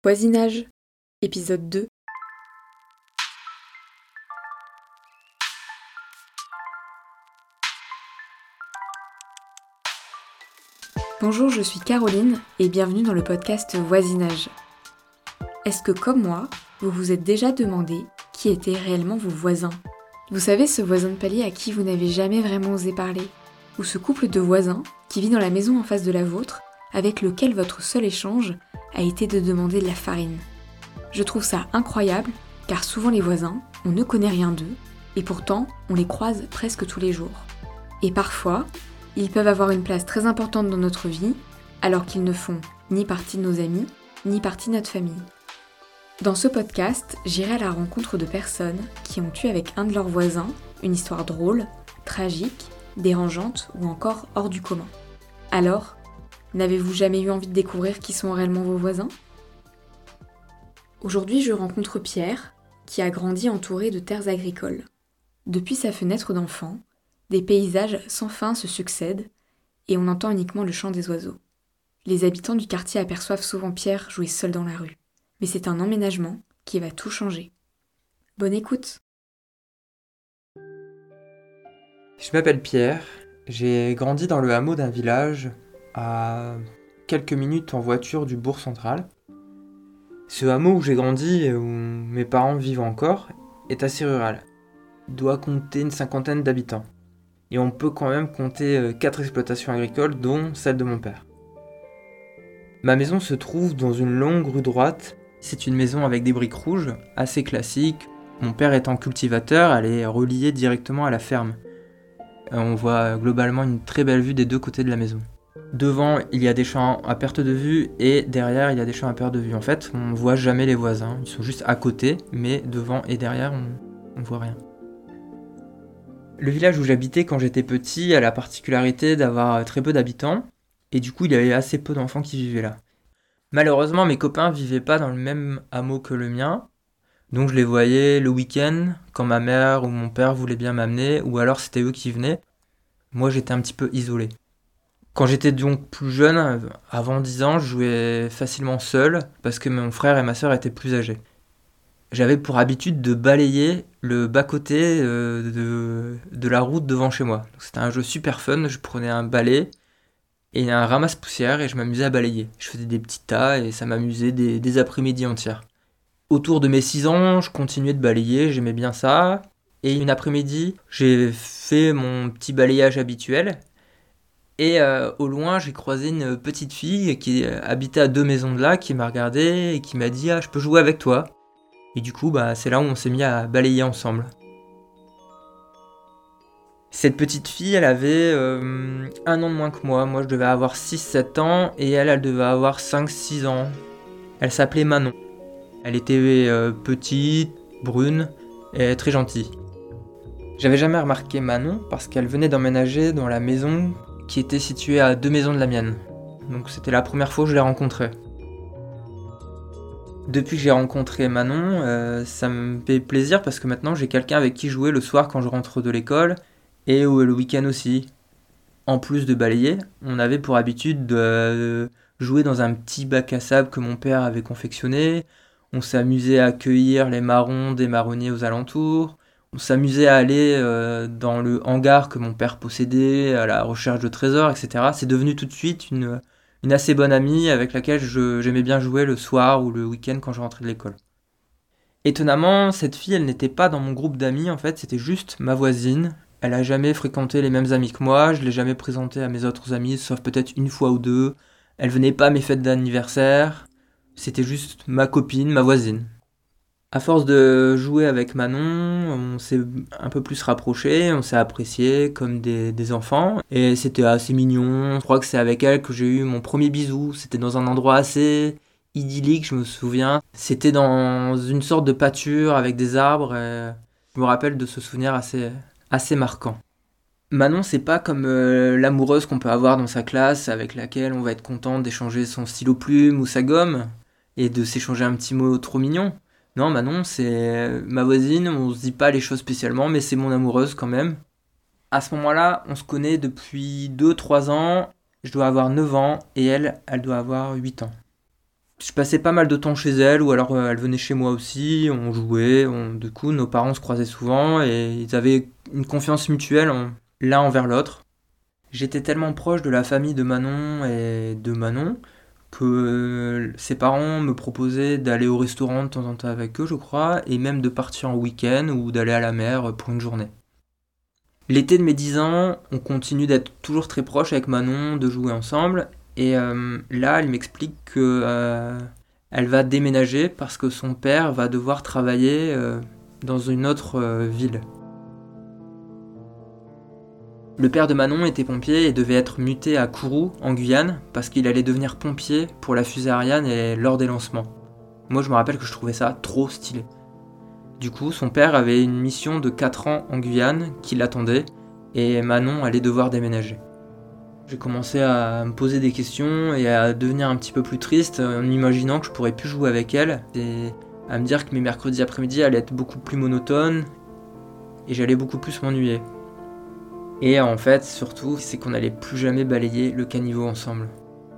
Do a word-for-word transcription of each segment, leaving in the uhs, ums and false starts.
Voisinage, épisode deux. Bonjour, je suis Caroline et bienvenue dans le podcast Voisinage. Est-ce que comme moi, vous vous êtes déjà demandé qui étaient réellement vos voisins ? Vous savez, ce voisin de palier à qui vous n'avez jamais vraiment osé parler ? Ou ce couple de voisins qui vit dans la maison en face de la vôtre, avec lequel votre seul échange a été de demander de la farine ? Je trouve ça incroyable, car souvent les voisins, on ne connaît rien d'eux, et pourtant on les croise presque tous les jours. Et parfois, ils peuvent avoir une place très importante dans notre vie, alors qu'ils ne font ni partie de nos amis, ni partie de notre famille. Dans ce podcast, j'irai à la rencontre de personnes qui ont eu avec un de leurs voisins une histoire drôle, tragique, dérangeante ou encore hors du commun. Alors, n'avez-vous jamais eu envie de découvrir qui sont réellement vos voisins ? Aujourd'hui, je rencontre Pierre, qui a grandi entouré de terres agricoles. Depuis sa fenêtre d'enfant, des paysages sans fin se succèdent et on entend uniquement le chant des oiseaux. Les habitants du quartier aperçoivent souvent Pierre jouer seul dans la rue. Mais c'est un emménagement qui va tout changer. Bonne écoute. Je m'appelle Pierre, j'ai grandi dans le hameau d'un village à quelques minutes en voiture du bourg central. Ce hameau où j'ai grandi et où mes parents vivent encore est assez rural. Il doit compter une cinquantaine d'habitants. Et on peut quand même compter quatre exploitations agricoles, dont celle de mon père. Ma maison se trouve dans une longue rue droite. C'est une maison avec des briques rouges, assez classique. Mon père étant cultivateur, elle est reliée directement à la ferme. On voit globalement une très belle vue des deux côtés de la maison. Devant, il y a des champs à perte de vue et derrière, il y a des champs à perte de vue. En fait, on ne voit jamais les voisins. Ils sont juste à côté, mais devant et derrière, on ne voit rien. Le village où j'habitais quand j'étais petit a la particularité d'avoir très peu d'habitants et du coup, il y avait assez peu d'enfants qui vivaient là. Malheureusement, mes copains vivaient pas dans le même hameau que le mien, donc je les voyais le week-end quand ma mère ou mon père voulaient bien m'amener, ou alors c'était eux qui venaient. Moi, j'étais un petit peu isolé. Quand j'étais donc plus jeune, avant dix ans, je jouais facilement seul parce que mon frère et ma sœur étaient plus âgés. J'avais pour habitude de balayer le bas-côté euh, de, de la route devant chez moi. Donc, c'était un jeu super fun, je prenais un balai et un ramasse-poussière et je m'amusais à balayer. Je faisais des petits tas et ça m'amusait des, des après-midi entières. Autour de mes six ans, je continuais de balayer, j'aimais bien ça. Et une après-midi, j'ai fait mon petit balayage habituel. Et euh, au loin, j'ai croisé une petite fille qui habitait à deux maisons de là, qui m'a regardé et qui m'a dit « Ah, je peux jouer avec toi ?» Et du coup, bah, c'est là où on s'est mis à balayer ensemble. Cette petite fille, elle avait euh, un an de moins que moi. Moi, je devais avoir six sept ans et elle, elle devait avoir cinq six ans. Elle s'appelait Manon. Elle était euh, petite, brune et très gentille. J'avais jamais remarqué Manon parce qu'elle venait d'emménager dans la maison qui était située à deux maisons de la mienne. Donc c'était la première fois que je l'ai rencontrée. Depuis que j'ai rencontré Manon, euh, ça me fait plaisir parce que maintenant j'ai quelqu'un avec qui jouer le soir quand je rentre de l'école et le week-end aussi. En plus de balayer, on avait pour habitude de jouer dans un petit bac à sable que mon père avait confectionné. On s'amusait à cueillir les marrons des marronniers aux alentours. On s'amusait à aller euh, dans le hangar que mon père possédait, à la recherche de trésors, et cetera. C'est devenu tout de suite une, une assez bonne amie avec laquelle je, j'aimais bien jouer le soir ou le week-end quand je rentrais de l'école. Étonnamment, cette fille, elle n'était pas dans mon groupe d'amis, en fait, c'était juste ma voisine. Elle a jamais fréquenté les mêmes amis que moi, je l'ai jamais présentée à mes autres amis, sauf peut-être une fois ou deux. Elle venait pas à mes fêtes d'anniversaire, c'était juste ma copine, ma voisine. À force de jouer avec Manon, on s'est un peu plus rapprochés, on s'est appréciés comme des, des enfants. Et c'était assez mignon. Je crois que c'est avec elle que j'ai eu mon premier bisou. C'était dans un endroit assez idyllique, je me souviens. C'était dans une sorte de pâture avec des arbres. Et je me rappelle de ce souvenir assez, assez marquant. Manon, c'est pas comme euh, l'amoureuse qu'on peut avoir dans sa classe avec laquelle on va être content d'échanger son stylo plume ou sa gomme et de s'échanger un petit mot trop mignon. Non, Manon, c'est ma voisine, on se dit pas les choses spécialement, mais c'est mon amoureuse quand même. À ce moment-là, on se connaît depuis deux trois ans, je dois avoir neuf ans, et elle, elle doit avoir huit ans. Je passais pas mal de temps chez elle, ou alors euh, elle venait chez moi aussi, on jouait, on... du coup nos parents se croisaient souvent et ils avaient une confiance mutuelle en... l'un envers l'autre. J'étais tellement proche de la famille de Manon et de Manon que euh, ses parents me proposaient d'aller au restaurant de temps en temps avec eux, je crois, et même de partir en week-end ou d'aller à la mer pour une journée. L'été de mes dix ans, on continue d'être toujours très proches avec Manon, de jouer ensemble, et euh, là, elle m'explique que euh, elle va déménager parce que son père va devoir travailler euh, dans une autre euh, ville. Le père de Manon était pompier et devait être muté à Kourou, en Guyane, parce qu'il allait devenir pompier pour la fusée Ariane et lors des lancements. Moi, je me rappelle que je trouvais ça trop stylé. Du coup, son père avait une mission de quatre ans en Guyane qui l'attendait, et Manon allait devoir déménager. J'ai commencé à me poser des questions et à devenir un petit peu plus triste en imaginant que je pourrais plus jouer avec elle, et à me dire que mes mercredis après-midi allaient être beaucoup plus monotones, et j'allais beaucoup plus m'ennuyer. Et en fait, surtout, c'est qu'on n'allait plus jamais balayer le caniveau ensemble.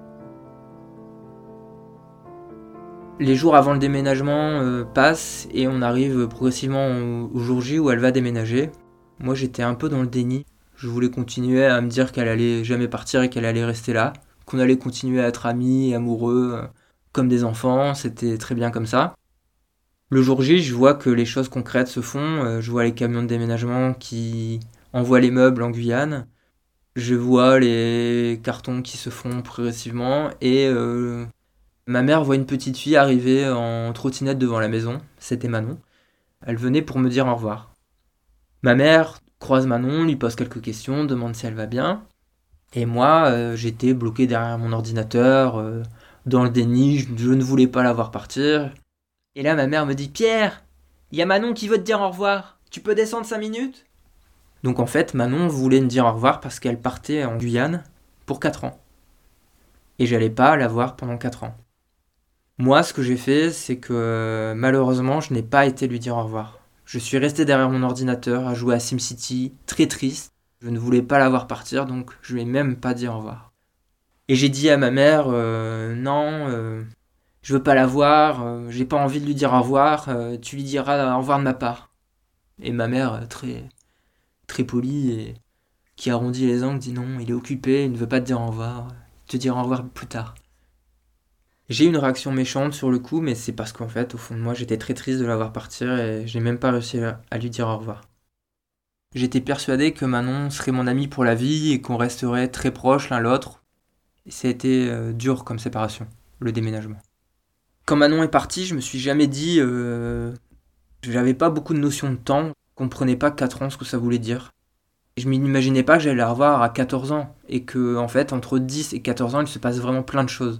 Les jours avant le déménagement euh, passent et on arrive progressivement au, au jour J où elle va déménager. Moi, j'étais un peu dans le déni. Je voulais continuer à me dire qu'elle allait jamais partir et qu'elle allait rester là, qu'on allait continuer à être amis, amoureux, euh, comme des enfants, c'était très bien comme ça. Le jour J, je vois que les choses concrètes se font, euh, je vois les camions de déménagement qui envoie les meubles en Guyane. Je vois les cartons qui se font progressivement et euh, ma mère voit une petite fille arriver en trottinette devant la maison. C'était Manon. Elle venait pour me dire au revoir. Ma mère croise Manon, lui pose quelques questions, demande si elle va bien. Et moi, euh, j'étais bloqué derrière mon ordinateur, euh, dans le déni, je, je ne voulais pas la voir partir. Et là, ma mère me dit « Pierre, il y a Manon qui veut te dire au revoir. Tu peux descendre cinq minutes ?» Donc en fait, Manon voulait me dire au revoir parce qu'elle partait en Guyane pour quatre ans. Et j'allais pas la voir pendant quatre ans. Moi, ce que j'ai fait, c'est que malheureusement, je n'ai pas été lui dire au revoir. Je suis resté derrière mon ordinateur à jouer à SimCity, très triste. Je ne voulais pas la voir partir, donc je lui ai même pas dit au revoir. Et j'ai dit à ma mère, euh, non, euh, je veux pas la voir, euh, j'ai pas envie de lui dire au revoir, euh, tu lui diras au revoir de ma part. Et ma mère, très... très poli et qui arrondit les angles, dit non, il est occupé, il ne veut pas te dire au revoir, il te dira au revoir plus tard. J'ai eu une réaction méchante sur le coup, mais c'est parce qu'en fait, au fond de moi, j'étais très triste de la voir partir et j'ai même pas réussi à lui dire au revoir. J'étais persuadé que Manon serait mon amie pour la vie et qu'on resterait très proches l'un l'autre. Et ça a été euh, dur comme séparation, le déménagement. Quand Manon est partie, je me suis jamais dit... Euh, j'avais pas beaucoup de notion de temps, je comprenais pas quatre ans ce que ça voulait dire. Je m'imaginais pas que j'allais la revoir à quatorze ans, et que, en fait, entre dix et quatorze ans, il se passe vraiment plein de choses.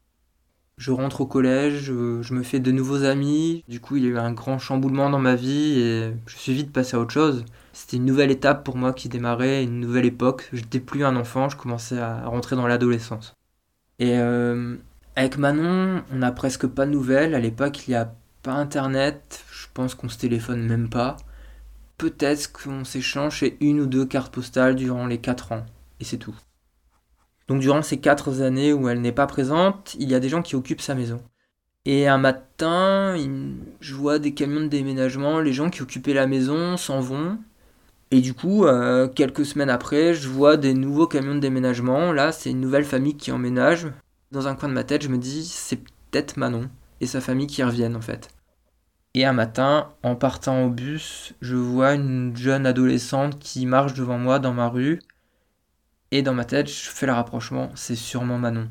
Je rentre au collège, je, je me fais de nouveaux amis, du coup il y a eu un grand chamboulement dans ma vie, et je suis vite passé à autre chose. C'était une nouvelle étape pour moi qui démarrait, une nouvelle époque. J'étais plus un enfant, je commençais à rentrer dans l'adolescence. Et euh, avec Manon, on n'a presque pas de nouvelles, à l'époque il n'y a pas internet, je pense qu'on se téléphone même pas. Peut-être qu'on s'échange chez une ou deux cartes postales durant les quatre ans, et c'est tout. Donc durant ces quatre années où elle n'est pas présente, il y a des gens qui occupent sa maison. Et un matin, je vois des camions de déménagement, les gens qui occupaient la maison s'en vont. Et du coup, euh, quelques semaines après, je vois des nouveaux camions de déménagement. Là, c'est une nouvelle famille qui emménage. Dans un coin de ma tête, je me dis, c'est peut-être Manon et sa famille qui reviennent en fait. Et un matin, en partant au bus, je vois une jeune adolescente qui marche devant moi dans ma rue. Et dans ma tête, je fais le rapprochement, c'est sûrement Manon.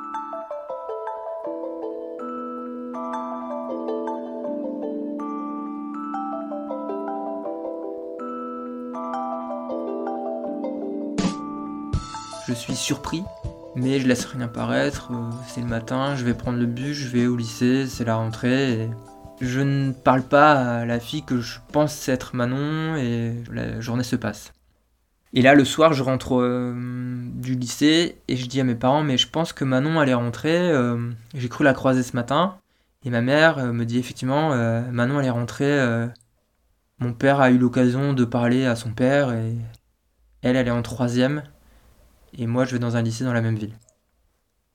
Je suis surpris, mais je laisse rien paraître. C'est le matin, je vais prendre le bus, je vais au lycée, c'est la rentrée. Et je ne parle pas à la fille que je pense être Manon et la journée se passe. Et là, le soir, je rentre euh, du lycée et je dis à mes parents, mais je pense que Manon allait rentrer. Euh, j'ai cru la croiser ce matin. Et ma mère euh, me dit effectivement, euh, Manon allait rentrer. Euh, mon père a eu l'occasion de parler à son père et elle, elle est en troisième. Et moi, je vais dans un lycée dans la même ville.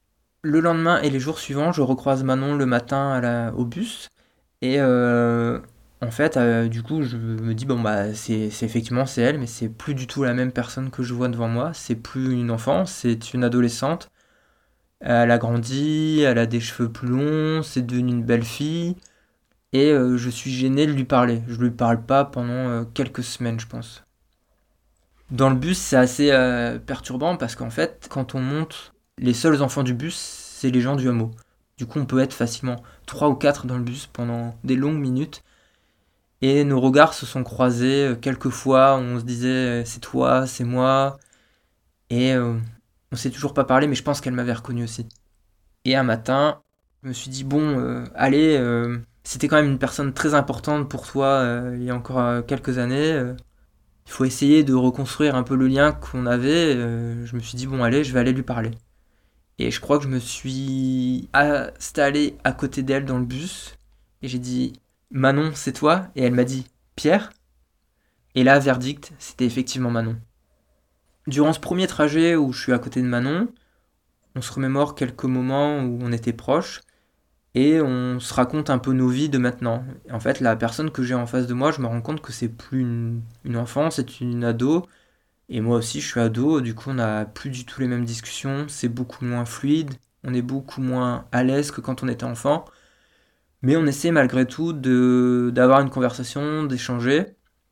Le lendemain et les jours suivants, je recroise Manon le matin à la, au bus. Et euh, en fait, euh, du coup, je me dis, bon, bah, c'est, c'est effectivement, c'est elle, mais c'est plus du tout la même personne que je vois devant moi. C'est plus une enfant, c'est une adolescente. Elle a grandi, elle a des cheveux plus longs, c'est devenu une belle fille. Et euh, je suis gêné de lui parler. Je lui parle pas pendant euh, quelques semaines, je pense. Dans le bus, c'est assez euh, perturbant parce qu'en fait, quand on monte, les seuls enfants du bus, c'est les gens du hameau. Du coup, on peut être facilement trois ou quatre dans le bus pendant des longues minutes. Et nos regards se sont croisés euh, quelques fois. On se disait euh, c'est toi, c'est moi. Et euh, on s'est toujours pas parlé, mais je pense qu'elle m'avait reconnu aussi. Et un matin, je me suis dit bon, euh, allez, euh, c'était quand même une personne très importante pour toi euh, il y a encore euh, quelques années. euh, Il faut essayer de reconstruire un peu le lien qu'on avait. euh, je me suis dit bon, allez, je vais aller lui parler. Et je crois que je me suis installé à côté d'elle dans le bus. Et j'ai dit Manon, c'est toi? Et elle m'a dit Pierre? Et là, verdict, c'était effectivement Manon. Durant ce premier trajet où je suis à côté de Manon, on se remémore quelques moments où on était proches et on se raconte un peu nos vies de maintenant. Et en fait, la personne que j'ai en face de moi, je me rends compte que c'est plus une, une enfant, c'est une ado. Et moi aussi, je suis ado, du coup, on n'a plus du tout les mêmes discussions, c'est beaucoup moins fluide, on est beaucoup moins à l'aise que quand on était enfant. Mais on essaie malgré tout de, d'avoir une conversation, d'échanger.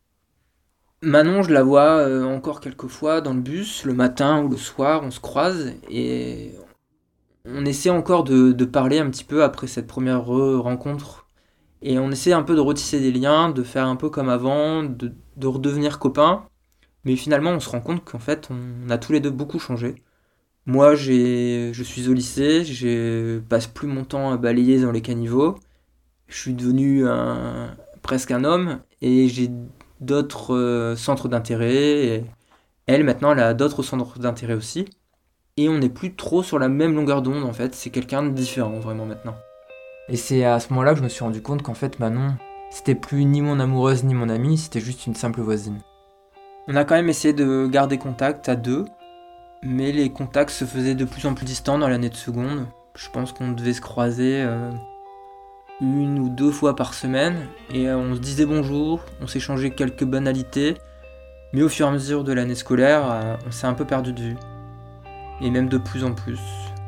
Manon, je la vois euh, encore quelques fois dans le bus, le matin ou le soir, on se croise et on essaie encore de, de parler un petit peu après cette première rencontre. Et on essaie un peu de retisser des liens, de faire un peu comme avant, de, de redevenir copains. Mais finalement, on se rend compte qu'en fait, on a tous les deux beaucoup changé. Moi, j'ai, je suis au lycée, je passe plus mon temps à balayer dans les caniveaux. Je suis devenu un, presque un homme et j'ai d'autres euh, centres d'intérêt. Et elle, maintenant, elle a d'autres centres d'intérêt aussi. Et on n'est plus trop sur la même longueur d'onde, en fait. C'est quelqu'un de différent, vraiment, maintenant. Et c'est à ce moment-là que je me suis rendu compte qu'en fait, Manon, c'était plus ni mon amoureuse ni mon amie, c'était juste une simple voisine. On a quand même essayé de garder contact à deux, mais les contacts se faisaient de plus en plus distants dans l'année de seconde. Je pense qu'on devait se croiser euh, une ou deux fois par semaine, et euh, on se disait bonjour, on s'échangeait quelques banalités, mais au fur et à mesure de l'année scolaire, euh, on s'est un peu perdu de vue. Et même de plus en plus.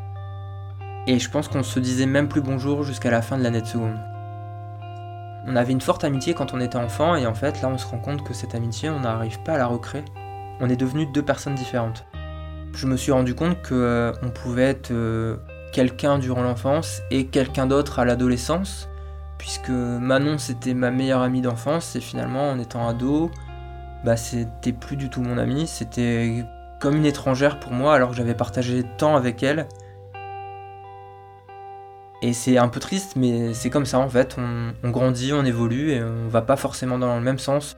Et je pense qu'on se disait même plus bonjour jusqu'à la fin de l'année de seconde. On avait une forte amitié quand on était enfant, et en fait, là, on se rend compte que cette amitié, on n'arrive pas à la recréer. On est devenus deux personnes différentes. Je me suis rendu compte qu'on euh, pouvait être euh, quelqu'un durant l'enfance et quelqu'un d'autre à l'adolescence, puisque Manon, c'était ma meilleure amie d'enfance, et finalement, en étant ado, bah, c'était plus du tout mon amie, c'était comme une étrangère pour moi, alors que j'avais partagé tant avec elle. Et c'est un peu triste, mais c'est comme ça en fait, on, on grandit, on évolue et on va pas forcément dans le même sens.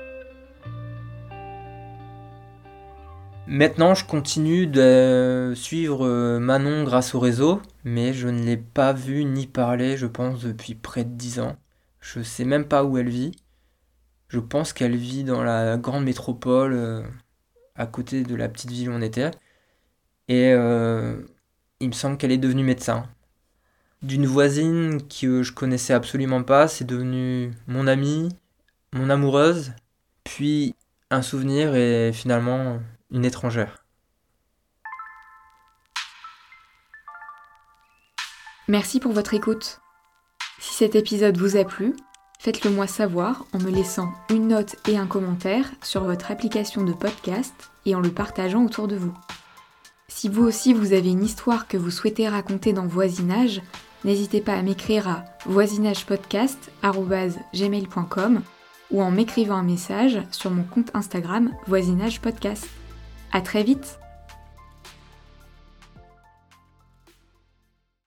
Maintenant, je continue de suivre Manon grâce au réseau, mais je ne l'ai pas vue ni parlé, je pense, depuis près de dix ans. Je sais même pas où elle vit. Je pense qu'elle vit dans la grande métropole, euh, à côté de la petite ville où on était. Et euh, il me semble qu'elle est devenue médecin. D'une voisine que je connaissais absolument pas, c'est devenu mon amie, mon amoureuse, puis un souvenir et finalement une étrangère. Merci pour votre écoute. Si cet épisode vous a plu, faites-le moi savoir en me laissant une note et un commentaire sur votre application de podcast et en le partageant autour de vous. Si vous aussi vous avez une histoire que vous souhaitez raconter dans Voisinage, n'hésitez pas à m'écrire à voisinagepodcast arobase gmail point com ou en m'écrivant un message sur mon compte Instagram Voisinage Podcast. À très vite!